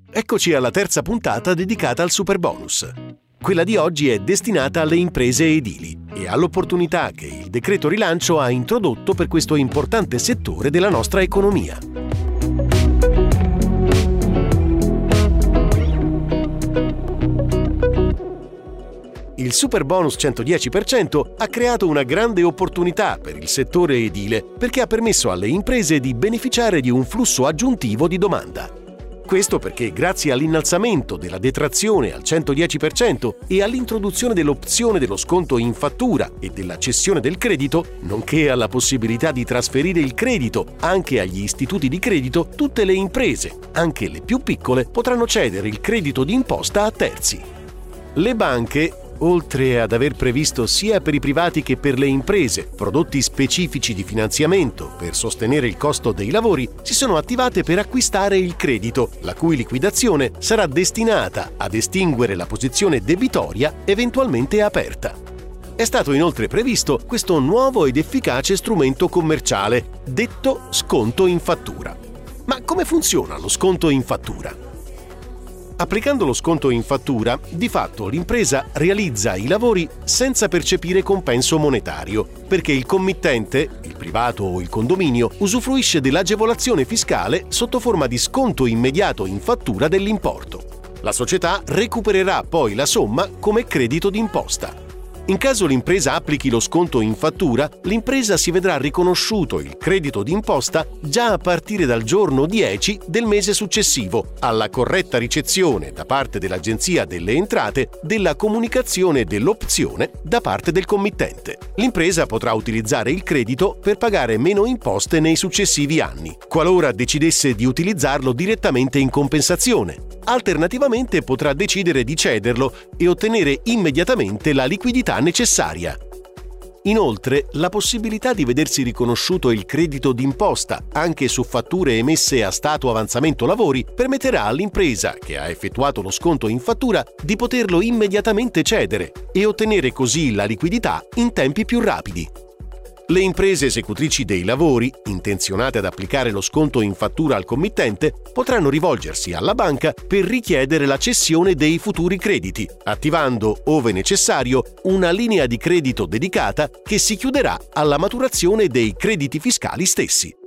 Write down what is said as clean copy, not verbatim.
Eccoci alla terza puntata dedicata al Superbonus. Quella di oggi è destinata alle imprese edili e all'opportunità che il decreto rilancio ha introdotto per questo importante settore della nostra economia. Il Superbonus 110% ha creato una grande opportunità per il settore edile perché ha permesso alle imprese di beneficiare di un flusso aggiuntivo di domanda. Questo perché grazie all'innalzamento della detrazione al 110% e all'introduzione dell'opzione dello sconto in fattura e della cessione del credito, nonché alla possibilità di trasferire il credito anche agli istituti di credito, tutte le imprese, anche le più piccole, potranno cedere il credito d'imposta a terzi. Le banche, oltre ad aver previsto sia per i privati che per le imprese prodotti specifici di finanziamento per sostenere il costo dei lavori, si sono attivate per acquistare il credito, la cui liquidazione sarà destinata ad estinguere la posizione debitoria eventualmente aperta. È stato inoltre previsto questo nuovo ed efficace strumento commerciale, detto sconto in fattura. Ma come funziona lo sconto in fattura? Applicando lo sconto in fattura, di fatto l'impresa realizza i lavori senza percepire compenso monetario, perché il committente, il privato o il condominio, usufruisce dell'agevolazione fiscale sotto forma di sconto immediato in fattura dell'importo. La società recupererà poi la somma come credito d'imposta. In caso l'impresa applichi lo sconto in fattura, l'impresa si vedrà riconosciuto il credito d'imposta già a partire dal giorno 10 del mese successivo, alla corretta ricezione da parte dell'Agenzia delle Entrate della comunicazione dell'opzione da parte del committente. L'impresa potrà utilizzare il credito per pagare meno imposte nei successivi anni, qualora decidesse di utilizzarlo direttamente in compensazione. Alternativamente potrà decidere di cederlo e ottenere immediatamente la liquidità necessaria. Inoltre, la possibilità di vedersi riconosciuto il credito d'imposta anche su fatture emesse a stato avanzamento lavori permetterà all'impresa che ha effettuato lo sconto in fattura di poterlo immediatamente cedere e ottenere così la liquidità in tempi più rapidi. Le imprese esecutrici dei lavori, intenzionate ad applicare lo sconto in fattura al committente, potranno rivolgersi alla banca per richiedere la cessione dei futuri crediti, attivando, ove necessario, una linea di credito dedicata che si chiuderà alla maturazione dei crediti fiscali stessi.